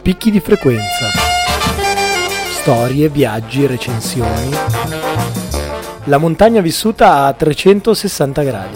Picchi di frequenza. Storie, viaggi, recensioni. La montagna vissuta a 360 gradi.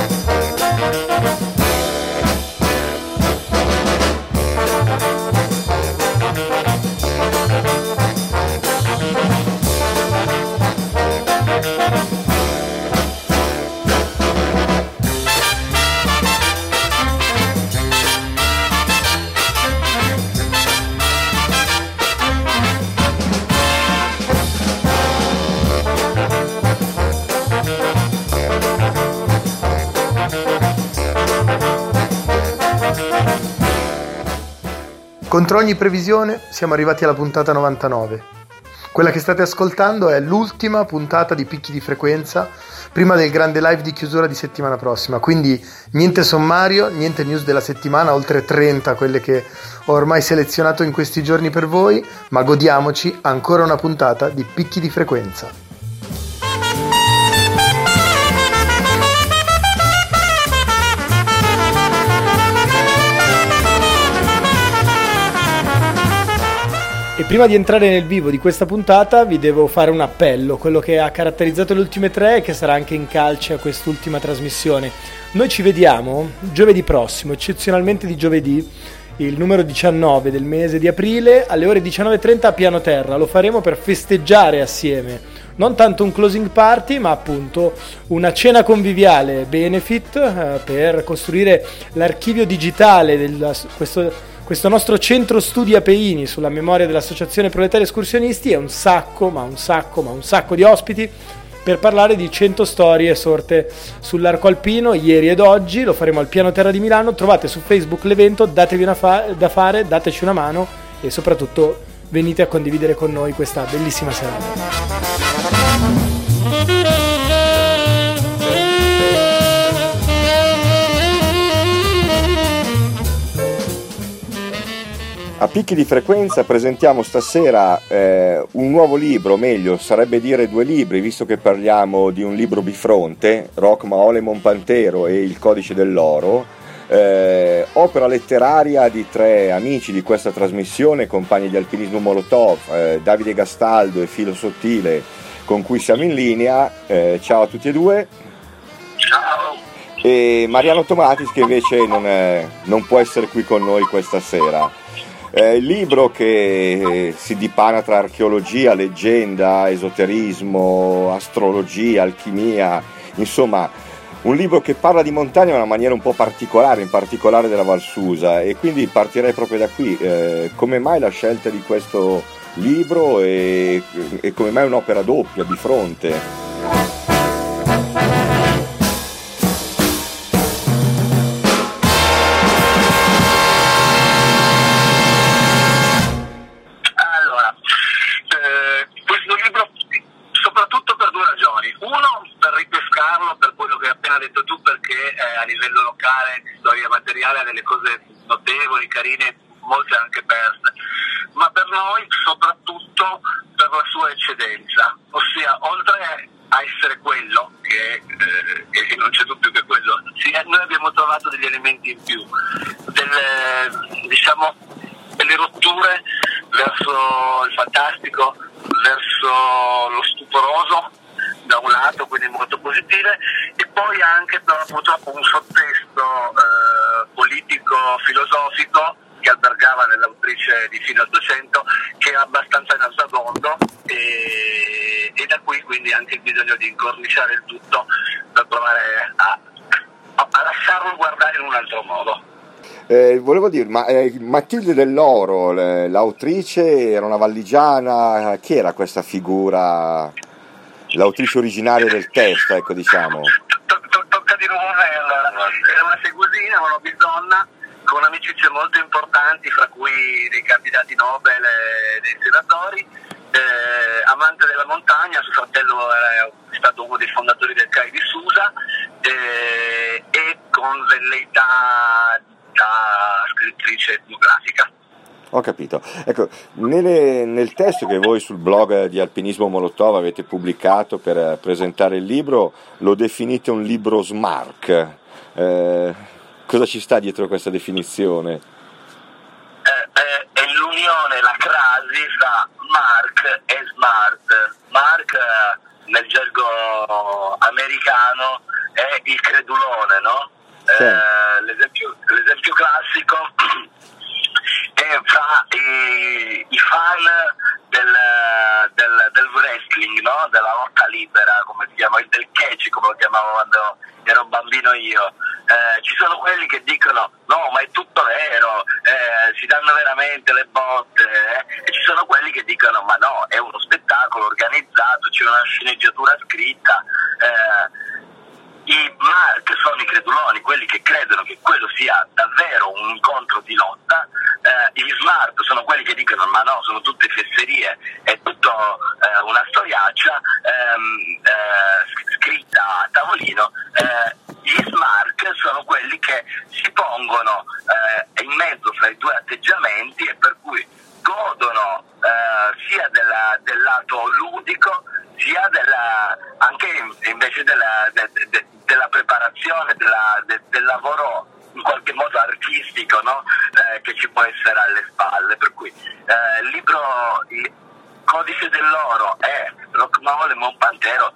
Contro ogni previsione siamo arrivati alla puntata 99. Quella che state ascoltando è l'ultima puntata di Picchi di frequenza prima del grande live di chiusura di settimana prossima, quindi niente sommario, niente news della settimana, oltre 30 quelle che ho ormai selezionato in questi giorni per voi, ma godiamoci ancora una puntata di Picchi di frequenza. E prima di entrare nel vivo di questa puntata vi devo fare un appello, quello che ha caratterizzato le ultime tre e che sarà anche in calce a quest'ultima trasmissione. Noi ci vediamo giovedì prossimo, eccezionalmente di giovedì, il numero 19 del mese di aprile, alle ore 19:30 a piano terra. Lo faremo per festeggiare assieme, non tanto un closing party, ma appunto una cena conviviale benefit per costruire l'archivio digitale di questo nostro centro studi Apeini sulla memoria dell'Associazione Proletari Escursionisti. È un sacco di ospiti per parlare di 100 storie sorte sull'arco alpino ieri ed oggi. Lo faremo al piano terra di Milano. Trovate su Facebook l'evento, datevi da fare, dateci una mano e soprattutto venite a condividere con noi questa bellissima serata. A Picchi di frequenza presentiamo stasera un nuovo libro, o meglio sarebbe dire due libri, visto che parliamo di un libro bifronte, Roc Maole Monpantero e Il Codice dell'Oro, opera letteraria di tre amici di questa trasmissione, compagni di alpinismo Molotov, Davide Gastaldo e Filo Sottile, con cui siamo in linea. Ciao a tutti e due. Ciao. E Mariano Tomatis, che invece non può essere qui con noi questa sera. Il libro che si dipana tra archeologia, leggenda, esoterismo, astrologia, alchimia, insomma un libro che parla di montagna in una maniera un po' particolare, in particolare della Val Susa, e quindi partirei proprio da qui. Come mai la scelta di questo libro e come mai un'opera doppia, bifronte? Ha delle cose notevoli, carine, molte anche perse, ma per noi soprattutto per la sua eccedenza, ossia oltre a essere quello che non c'è dubbio che quello sia, noi abbiamo trovato degli elementi in più, delle rotture verso il fantastico, verso lo stuporoso da un lato, quindi molto positive, e poi anche però purtroppo un sottesto politico-filosofico che albergava nell'autrice di fine 800, che è abbastanza nauseabondo, e da qui quindi anche il bisogno di incorniciare il tutto per provare a lasciarlo guardare in un altro modo. Volevo dire, ma Matilde Dell'Oro, l'autrice, era una valligiana? Chi era questa figura, l'autrice originaria del testo, ecco, diciamo? Tocca di nuovo averla. Era una segusina, una bisonna, con amicizie molto importanti, fra cui dei candidati Nobel e dei senatori, amante della montagna. Suo fratello è stato uno dei fondatori del CAI di Susa, e con velleità da scrittrice etnografica. Ho capito. Ecco, nel testo che voi sul blog di Alpinismo Molotov avete pubblicato per presentare il libro, lo definite un libro SMARC. Cosa ci sta dietro questa definizione? È l'unione Mark nel gergo americano è il credulone, no? Sì. L'esempio classico è fra i fan del wrestling, no? Della lotta libera, come si chiama, del catch, come lo chiamavo quando ero bambino io. Ci sono quelli che dicono no, ma è tutto vero, si danno veramente le botte, e ci sono quelli che dicono ma no, è uno spettacolo organizzato, c'è una sceneggiatura scritta. I Mark sono i creduloni, quelli che credono che quello sia davvero un incontro di lotta. Gli Smart sono quelli che dicono ma no, sono tutte fesserie, è tutto una storiaccia scritta a tavolino. Gli Smart sono quelli che si pongono in mezzo fra i due atteggiamenti e per cui godono sia del lato ludico sia anche invece della preparazione, del lavoro in qualche modo artistico, no? Che ci può essere alle spalle. Per cui il libro Codice dell'Oro e Rock'n'Roll e Mon Pantero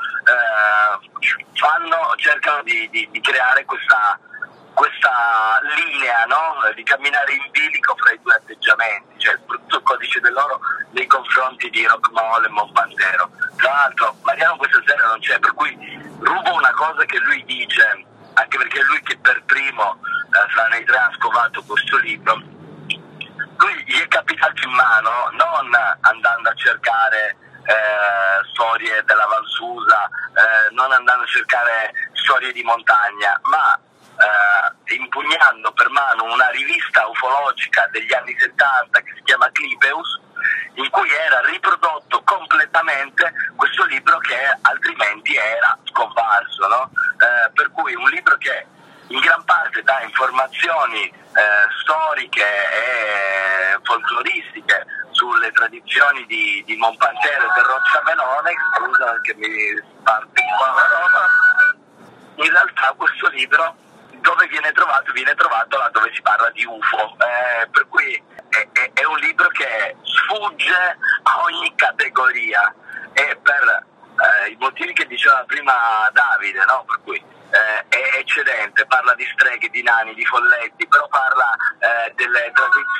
cercano di creare questa linea, no? Di camminare in bilico fra i due atteggiamenti, cioè soprattutto il Codice dell'Oro nei confronti di Rock'n'Roll e Mon Pantero. Tra l'altro Mariano questa sera non c'è, per cui rubo una cosa che lui dice, anche perché è lui che per primo fra noi tre ha scovato questo libro. Lui gli è capitato in mano non andando a cercare storie della Val Susa, non andando a cercare storie di montagna, ma impugnando per mano una rivista ufologica degli anni 70 che si chiama Clipeus, in cui era riprodotto completamente questo libro che altrimenti era scomparso, no? Per cui un libro che in gran parte dà informazioni storiche e folcloristiche sulle tradizioni di Mon Pantero e del Rocciamelone. Scusa che mi parte qua la roba. In realtà questo libro dove viene trovato là dove si parla di UFO, per cui è un libro che sfugge a ogni categoria e per i motivi che diceva prima Davide, no? Per cui è eccedente, parla di streghe, di nani, di folletti, però parla delle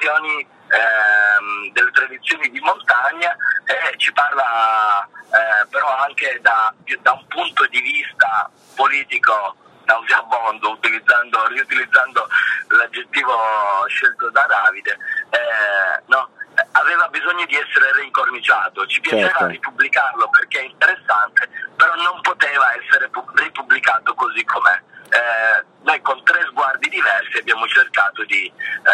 tradizioni di montagna e ci parla però anche da un punto di vista politico nauseabondo, riutilizzando l'aggettivo scelto da Davide. No, aveva bisogno di essere reincorniciato, ci piaceva ripubblicarlo perché è interessante, però non poteva essere ripubblicato così com'è. Noi con tre sguardi diversi abbiamo cercato di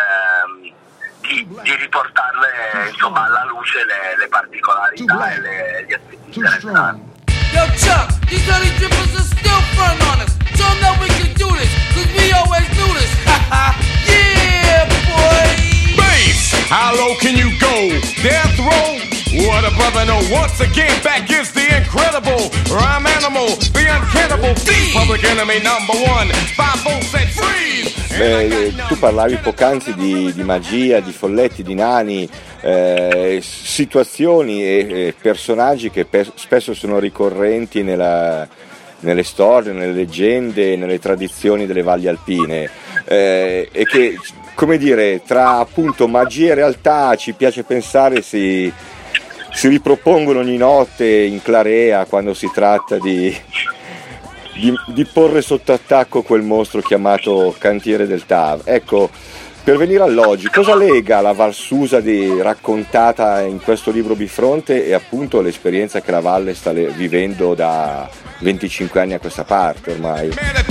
riportarle insomma alla luce le particolarità e gli aspetti interessanti. Yo, Chuck, these honey drippers are still front on us. Show them that we can do this, cause we always do this. Yeah, boy! Bass, how low can you go? Death row? What a brother, no. Once again, back is the incredible rhyme animal, the uncannibal, the public enemy number one. 5-0 said freeze! Tu parlavi poc'anzi di magia, di folletti, di nani, situazioni e personaggi che spesso sono ricorrenti nelle storie, nelle leggende, nelle tradizioni delle valli alpine, e che, come dire, tra appunto magia e realtà ci piace pensare si ripropongono ogni notte in clarea quando si tratta di porre sotto attacco quel mostro chiamato Cantiere del Tav. Ecco, per venire all'oggi, cosa lega la Val Susa raccontata in questo libro Bifronte e appunto l'esperienza che la Valle sta vivendo da 25 anni a questa parte ormai?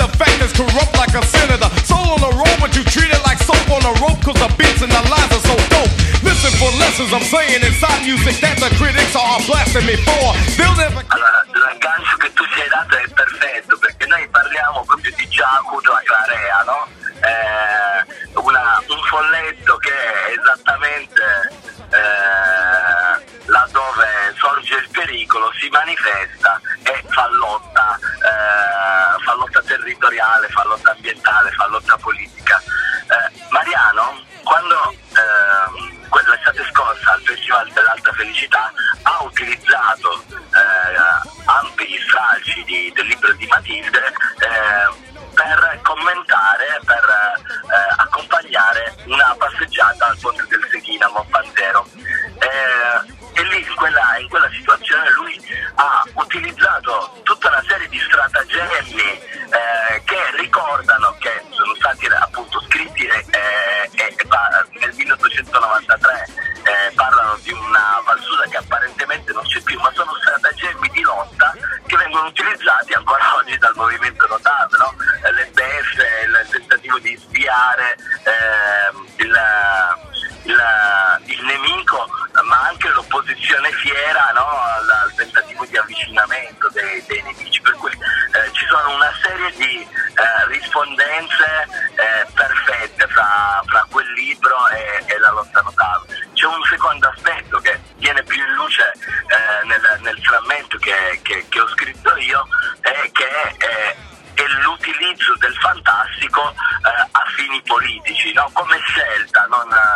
Allora, l'aggancio che tu ci hai dato è perfetto, perché noi parliamo proprio di Giacuto a Clarea, no? Un folletto che è esattamente laddove sorge il pericolo si manifesta e fa lotta territoriale, fa lotta ambientale, fa lotta politica. Mariano, quando l'estate scorsa al Festival dell'Alta Felicità ha utilizzato ampi stralci del libro di Matilde per commentare, per accompagnare una passeggiata al ponte del Seghina a Monpantero. E lì in quella situazione lui ha utilizzato tutta una serie di stratagemmi che ricordano, che sono stati appunto scritti nel 1893, parlano di una Valsusa che apparentemente non c'è più, ma sono stratagemmi di lotta che vengono utilizzati ancora oggi dal movimento Notav, no? Le beffe, il tentativo di sviare il nemico, ma anche l'opposizione fiera, no? al tentativo di avvicinamento dei nemici, per cui ci sono una serie di rispondenze perfette fra quel libro e la lotta Notav. C'è un secondo aspetto che viene più in luce nel frammento che ho scritto io, è l'utilizzo del fantastico a fini politici, no? Come scelta,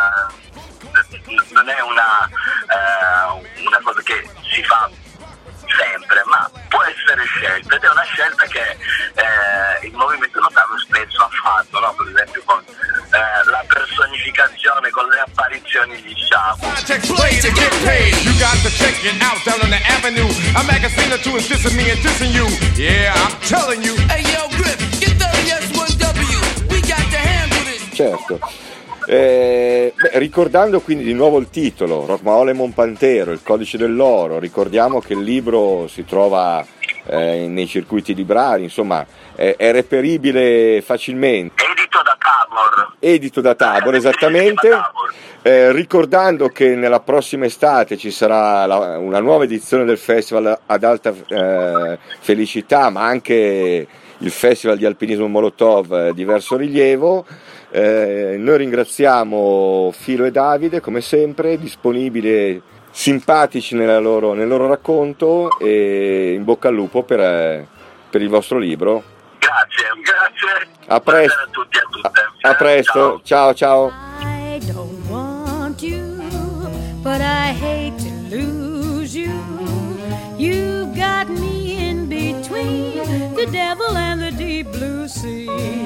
non è una cosa che si fa sempre, ma può essere scelta, ed è una scelta che il movimento Notav spesso ha fatto, no? Per esempio con la personificazione, con le apparizioni di Shabu. Play to get paid. You got to check it out down on the avenue. A magazine or two is dissing me and dissing you. Yeah, I'm telling you. Hey yo, Grip, get the S1W. We got to handle this. Certo. Ricordando quindi di nuovo il titolo, Rocmaole Monpantero, il codice dell'oro, ricordiamo che il libro si trova nei circuiti librari, insomma è reperibile facilmente. Edito da Tabor, esattamente. Ricordando che nella prossima estate ci sarà una nuova edizione del festival ad alta felicità, ma anche il festival di alpinismo Molotov di Verso Rilievo. Noi ringraziamo Filo e Davide, come sempre, disponibili, simpatici nel loro racconto, e in bocca al lupo per il vostro libro. Grazie. A presto. A tutti e a tutte. A presto. Ciao. I don't want you, but I hate to lose you. You've got me in between the devil and the deep blue sea.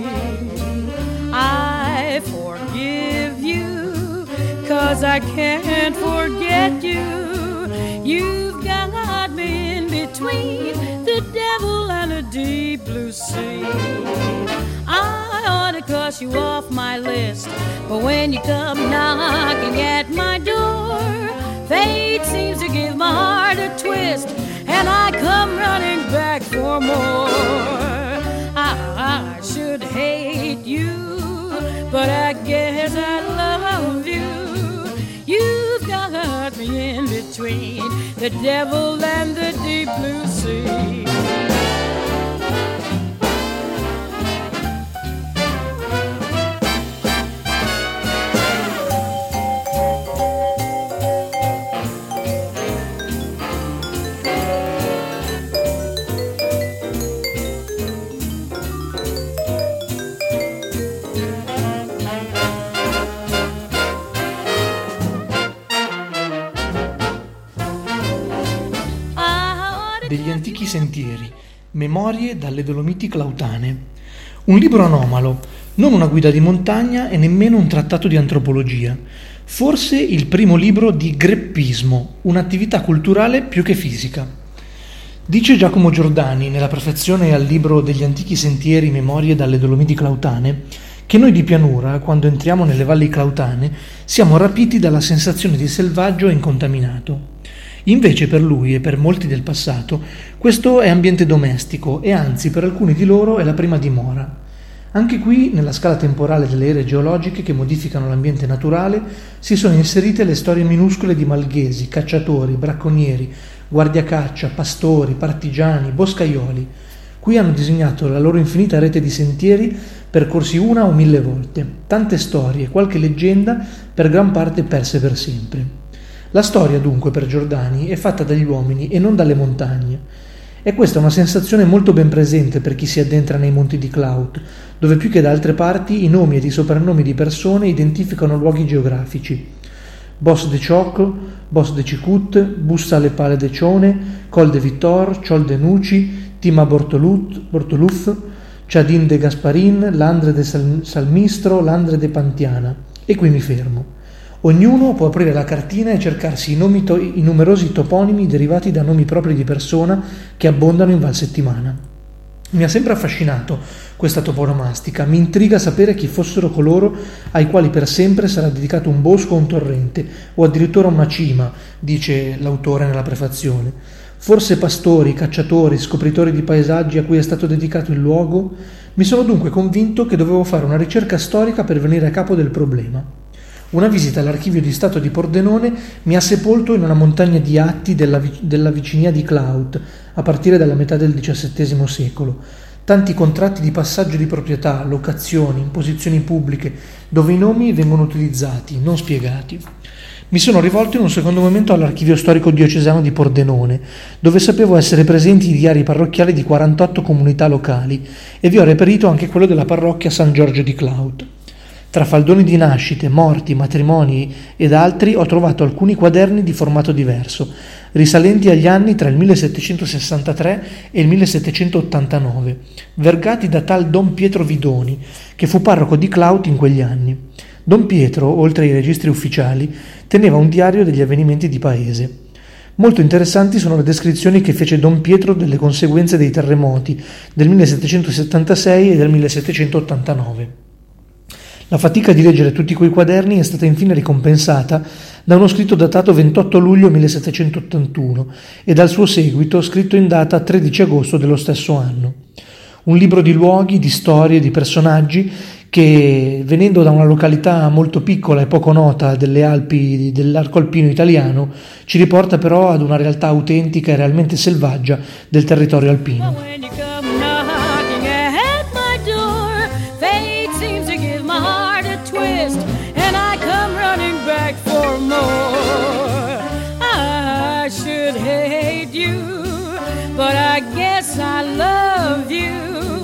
I forgive you, 'cause I can't forget you. You've got me in between the devil and the deep blue sea. I ought to cross you off my list, but when you come knocking at my door, fate seems to give my heart a twist, and I come running back for more. I should hate you, but I guess I love you. You've got me in between the devil and the deep blue sea. Degli antichi sentieri, memorie dalle Dolomiti Clautane. Un libro anomalo, non una guida di montagna e nemmeno un trattato di antropologia. Forse il primo libro di greppismo, un'attività culturale più che fisica. Dice Giacomo Giordani, nella prefazione al libro Degli antichi sentieri, memorie dalle Dolomiti Clautane, che noi di pianura, quando entriamo nelle valli clautane, siamo rapiti dalla sensazione di selvaggio e incontaminato. Invece per lui e per molti del passato questo è ambiente domestico e anzi per alcuni di loro è la prima dimora. Anche qui, nella scala temporale delle ere geologiche che modificano l'ambiente naturale, si sono inserite le storie minuscole di malghesi, cacciatori, bracconieri, guardiacaccia, pastori, partigiani, boscaioli. Qui hanno disegnato la loro infinita rete di sentieri percorsi 1 o 1000 volte, tante storie, qualche leggenda per gran parte perse per sempre. La storia, dunque, per Giordani è fatta dagli uomini e non dalle montagne. E questa è una sensazione molto ben presente per chi si addentra nei monti di Clout, dove più che da altre parti i nomi ed i soprannomi di persone identificano luoghi geografici. Bos de Choc, Bos de Cicut, Bussa alle Pale de Cione, Col de Vittor, Ciol de Nuci, Tima Bortoluz, Ciadin de Gasparin, Landre de Salmistro, Landre de Pantiana. E qui mi fermo. Ognuno può aprire la cartina e cercarsi i numerosi toponimi derivati da nomi propri di persona che abbondano in Val Settimana. Mi ha sempre affascinato questa toponomastica, mi intriga sapere chi fossero coloro ai quali per sempre sarà dedicato un bosco o un torrente, o addirittura una cima, dice l'autore nella prefazione. Forse pastori, cacciatori, scopritori di paesaggi a cui è stato dedicato il luogo? Mi sono dunque convinto che dovevo fare una ricerca storica per venire a capo del problema. Una visita all'archivio di Stato di Pordenone mi ha sepolto in una montagna di atti della vicinia di Clout, a partire dalla metà del XVII secolo. Tanti contratti di passaggio di proprietà, locazioni, imposizioni pubbliche, dove i nomi vengono utilizzati, non spiegati. Mi sono rivolto in un secondo momento all'archivio storico diocesano di Pordenone, dove sapevo essere presenti i diari parrocchiali di 48 comunità locali, e vi ho reperito anche quello della parrocchia San Giorgio di Clout. Tra faldoni di nascite, morti, matrimoni ed altri ho trovato alcuni quaderni di formato diverso, risalenti agli anni tra il 1763 e il 1789, vergati da tal Don Pietro Vidoni, che fu parroco di Clout in quegli anni. Don Pietro, oltre ai registri ufficiali, teneva un diario degli avvenimenti di paese. Molto interessanti sono le descrizioni che fece Don Pietro delle conseguenze dei terremoti del 1776 e del 1789. La fatica di leggere tutti quei quaderni è stata infine ricompensata da uno scritto datato 28 luglio 1781 e dal suo seguito scritto in data 13 agosto dello stesso anno. Un libro di luoghi, di storie, di personaggi che, venendo da una località molto piccola e poco nota delle Alpi dell'arco alpino italiano, ci riporta però ad una realtà autentica e realmente selvaggia del territorio alpino. But I guess I love you.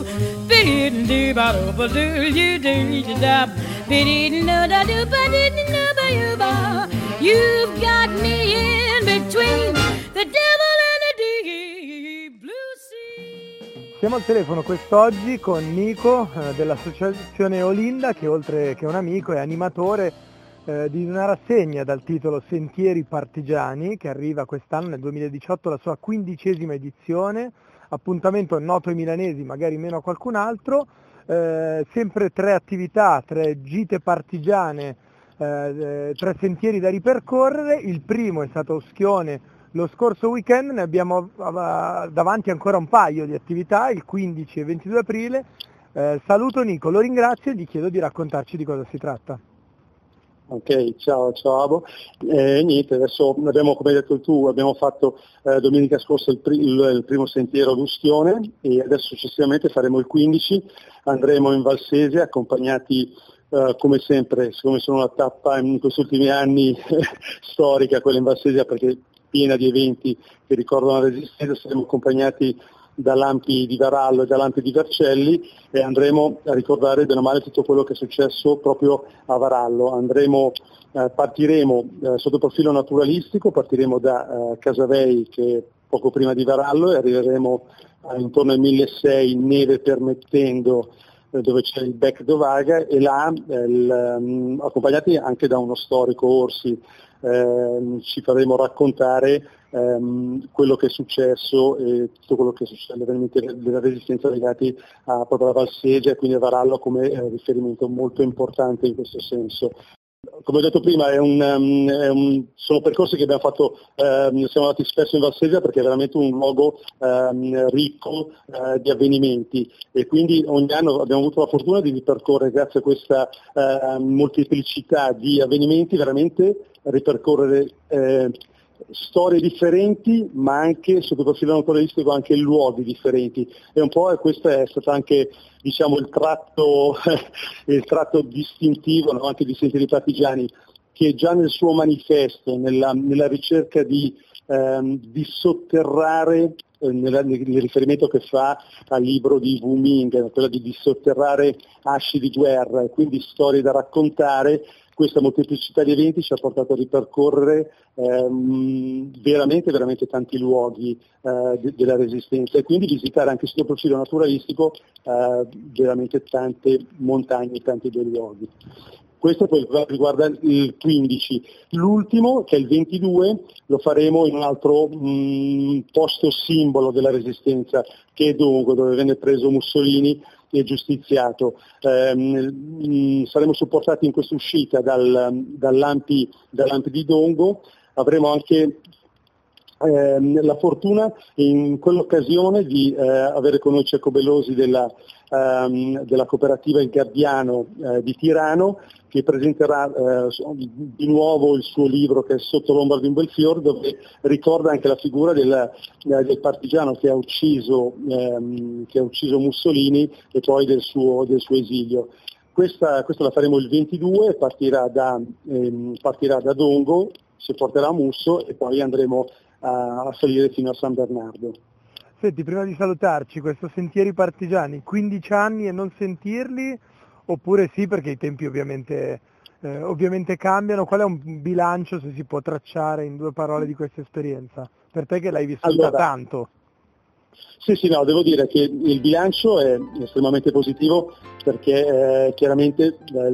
You've got me in between the devil and the deep blue sea. Siamo al telefono quest'oggi con Nico dell'associazione Olinda, che oltre che un amico è animatore di una rassegna dal titolo Sentieri Partigiani, che arriva quest'anno nel 2018 la sua 15ª edizione, appuntamento noto ai milanesi, magari meno a qualcun altro, sempre 3 attività, 3 gite partigiane, 3 sentieri da ripercorrere. Il primo è stato Oschione lo scorso weekend, ne abbiamo davanti ancora un paio di attività, il 15 e 22 aprile. Saluto Nico, lo ringrazio e gli chiedo di raccontarci di cosa si tratta. Ok, ciao Abo. Niente, adesso abbiamo, come hai detto tu, abbiamo fatto domenica scorsa il primo sentiero all'Uschione e adesso successivamente faremo il 15, andremo in Valsesia accompagnati come sempre, siccome sono una tappa in questi ultimi anni storica, quella in Valsesia, perché piena di eventi che ricordano la Resistenza, saremo accompagnati da Lampi di Varallo e da Lampi di Vercelli e andremo a ricordare bene o male tutto quello che è successo proprio a Varallo. Partiremo sotto profilo naturalistico, partiremo da Casavei, che è poco prima di Varallo, e arriveremo intorno al 1600, neve permettendo, dove c'è il Bec d'Ovaga, e là accompagnati anche da uno storico, Orsi, ci faremo raccontare quello che è successo e tutto quello che è successo, gli avvenimenti della Resistenza legati proprio alla Valsesia e quindi a Varallo come riferimento molto importante in questo senso. Come ho detto prima, sono percorsi che abbiamo fatto, siamo andati spesso in Valsesia perché è veramente un luogo ricco di avvenimenti e quindi ogni anno abbiamo avuto la fortuna di ripercorrere, grazie a questa molteplicità di avvenimenti, veramente ripercorrere storie differenti, ma anche sotto il profilo naturalistico anche luoghi differenti, e un po' questo è stato anche, diciamo, il tratto distintivo, no? Anche di Sentieri Partigiani, che già nel suo manifesto, nella ricerca di sotterrare, nel riferimento che fa al libro di Wu Ming, quello di sotterrare asci di guerra e quindi storie da raccontare, questa molteplicità di eventi ci ha portato a ripercorrere veramente, veramente tanti luoghi della Resistenza e quindi visitare anche sul profilo naturalistico veramente tante montagne, tanti bei luoghi. Questo poi riguarda il 15. L'ultimo, che è il 22, lo faremo in un altro posto simbolo della Resistenza, che è Dongo, dove venne preso Mussolini e giustiziato. Saremo supportati in questa uscita dall'Ampi di Dongo. Avremo anche la fortuna in quell'occasione di avere con noi Cecco Bellosi della cooperativa Il Gabbiano di Tirano, che presenterà di nuovo il suo libro, che è Sotto l'ombra di un bel fiore, dove ricorda anche la figura del partigiano che ha ucciso Mussolini e poi del suo esilio. Questa la faremo il 22, partirà da Dongo, si porterà a Musso e poi andremo a salire fino a San Bernardo. Senti, prima di salutarci, questo Sentieri Partigiani, 15 anni e non sentirli, oppure sì, perché i tempi ovviamente cambiano? Qual è un bilancio, se si può tracciare in 2 parole, di questa esperienza? Per te che l'hai vissuta tanto. Sì, no, devo dire che il bilancio è estremamente positivo, perché chiaramente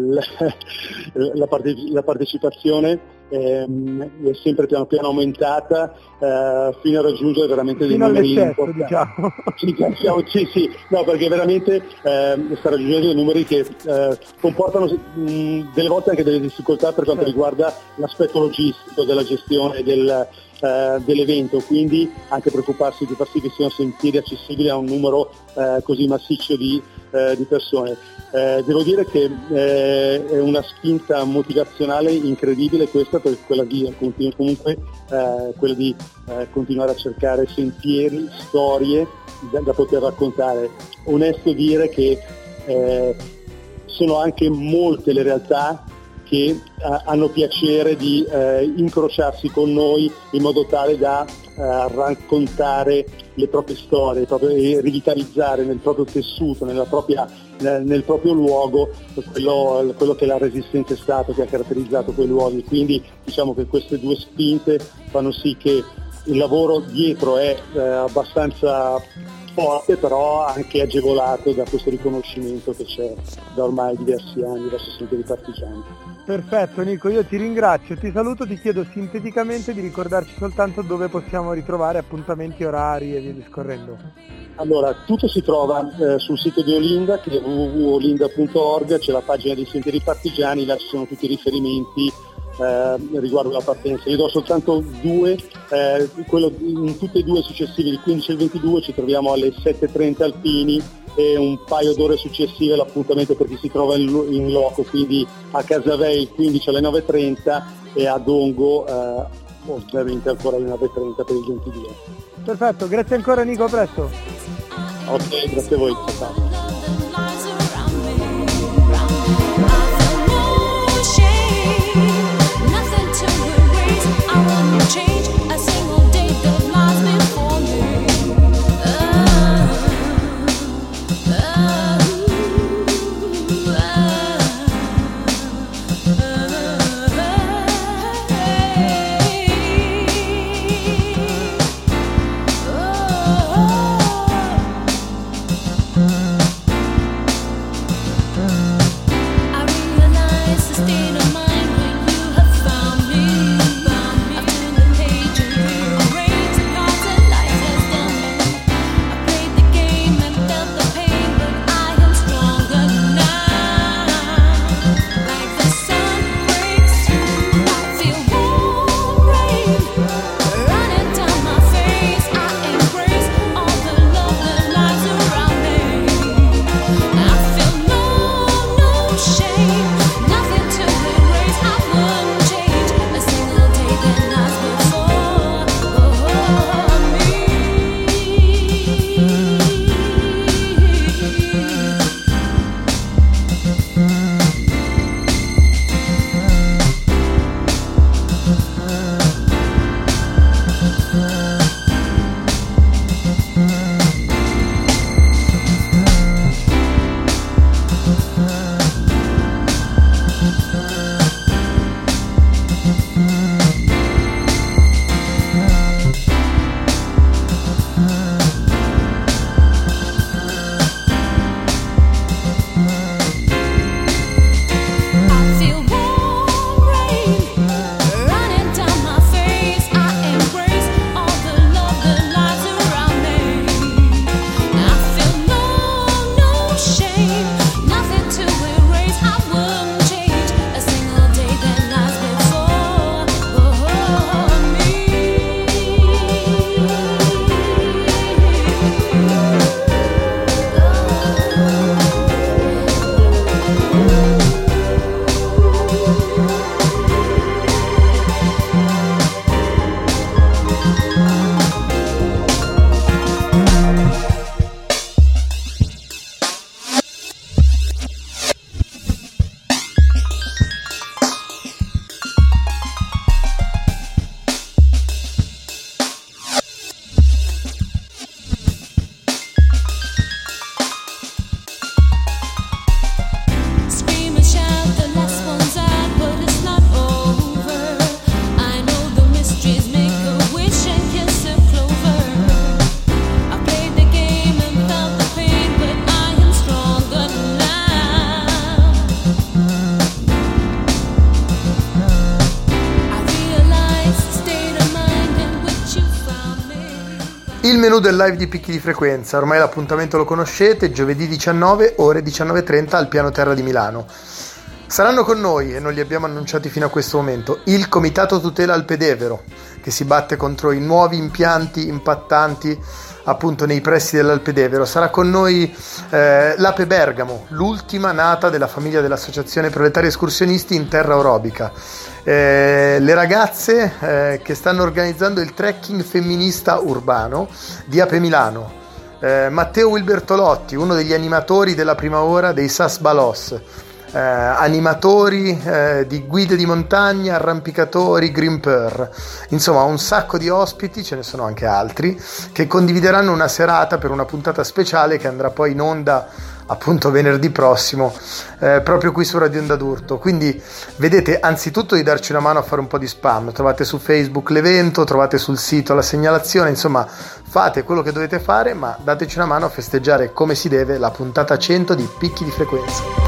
la partecipazione è sempre piano piano aumentata fino a raggiungere veramente dei numeri importanti. Diciamo. Sì, no, perché veramente sta raggiungendo dei numeri che comportano delle volte anche delle difficoltà per quanto riguarda l'aspetto logistico della gestione dell'evento, quindi anche preoccuparsi di far sì che siano sentieri accessibili a un numero così massiccio di persone. Devo dire che è una spinta motivazionale incredibile questa, per quella di continuare a cercare sentieri, storie da poter raccontare. Onesto dire che sono anche molte le realtà che hanno piacere di incrociarsi con noi in modo tale da raccontare le proprie storie, e rivitalizzare nel proprio tessuto, nel proprio luogo quello che la Resistenza è stato, che ha caratterizzato quei luoghi. Quindi diciamo che queste 2 spinte fanno sì che il lavoro dietro è abbastanza forte, però anche agevolato da questo riconoscimento che c'è da ormai diversi anni verso Sentieri Partigiani. Perfetto Nico, io ti ringrazio, ti saluto, ti chiedo sinteticamente di ricordarci soltanto dove possiamo ritrovare appuntamenti, orari e via discorrendo. Allora, tutto si trova sul sito di Olinda, che è www.olinda.org, c'è la pagina dei Sentieri Partigiani, là ci sono tutti i riferimenti riguardo la partenza. Io do soltanto 2, in tutte e 2 successive, il 15 e il 22 ci troviamo alle 7:30 Alpini, e un paio d'ore successive l'appuntamento per chi si trova in loco, quindi a Casavei il 15 alle 9:30 e a Dongo ovviamente ancora alle 9:30 per il 22. Perfetto, grazie ancora Nico, a presto. Ok, grazie a voi. Ciao. Il menù del live di Picchi di Frequenza, ormai l'appuntamento lo conoscete, giovedì 19, ore 19:30 al piano terra di Milano. Saranno con noi, e non li abbiamo annunciati fino a questo momento, il Comitato Tutela Alpedevero, che si batte contro i nuovi impianti impattanti appunto nei pressi dell'Alpedevero. Sarà con noi l'Ape Bergamo, l'ultima nata della famiglia dell'Associazione Proletari Escursionisti in Terra Orobica. Le ragazze che stanno organizzando il trekking femminista urbano di Ape Milano. Matteo Wilbertolotti, uno degli animatori della prima ora dei Sas Balos. Animatori di guide di montagna, arrampicatori, grimper, insomma un sacco di ospiti, ce ne sono anche altri, che condivideranno una serata per una puntata speciale che andrà poi in onda appunto venerdì prossimo, proprio qui su Radio Onda d'Urto. Quindi vedete anzitutto di darci una mano a fare un po' di spam, trovate su Facebook l'evento, trovate sul sito la segnalazione, insomma fate quello che dovete fare, ma dateci una mano a festeggiare come si deve la puntata 100 di Picchi di Frequenza.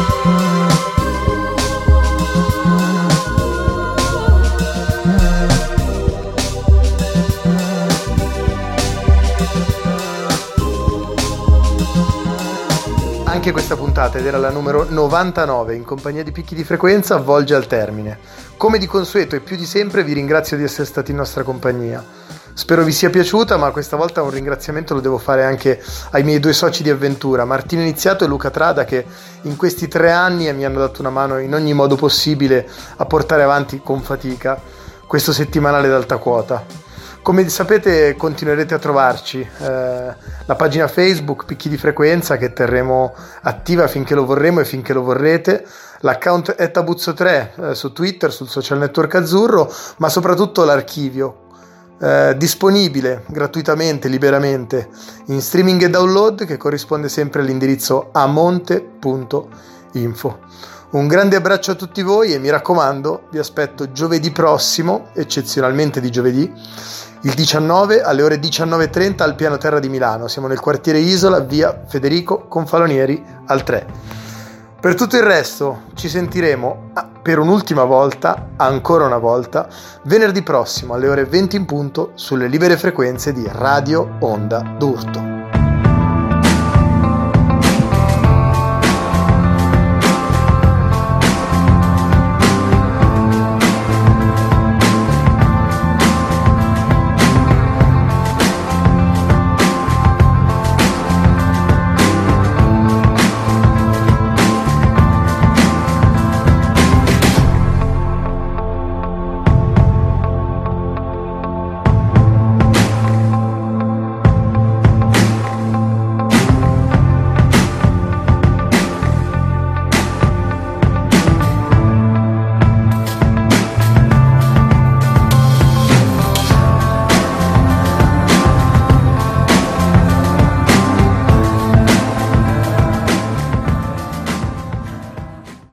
Anche questa puntata, ed era la numero 99 in compagnia di Picchi di Frequenza, volge al termine. Come di consueto e più di sempre vi ringrazio di essere stati in nostra compagnia. Spero vi sia piaciuta, ma questa volta un ringraziamento lo devo fare anche ai miei due soci di avventura, Martino Iniziato e Luca Trada, che in questi 3 anni mi hanno dato una mano in ogni modo possibile a portare avanti con fatica questo settimanale d'alta quota. Come sapete continuerete a trovarci la pagina Facebook Picchi di Frequenza, che terremo attiva finché lo vorremo e finché lo vorrete, l'account @Tabuzzo3 su Twitter, sul social network azzurro, ma soprattutto l'archivio disponibile gratuitamente, liberamente in streaming e download, che corrisponde sempre all'indirizzo amonte.info. Un grande abbraccio a tutti voi e mi raccomando, vi aspetto giovedì prossimo, eccezionalmente di giovedì, il 19 alle ore 19:30 al piano terra di Milano. Siamo nel quartiere Isola, via Federico Confalonieri al 3. Per tutto il resto ci sentiremo per un'ultima volta, ancora una volta, venerdì prossimo alle ore 20 in punto sulle libere frequenze di Radio Onda d'Urto.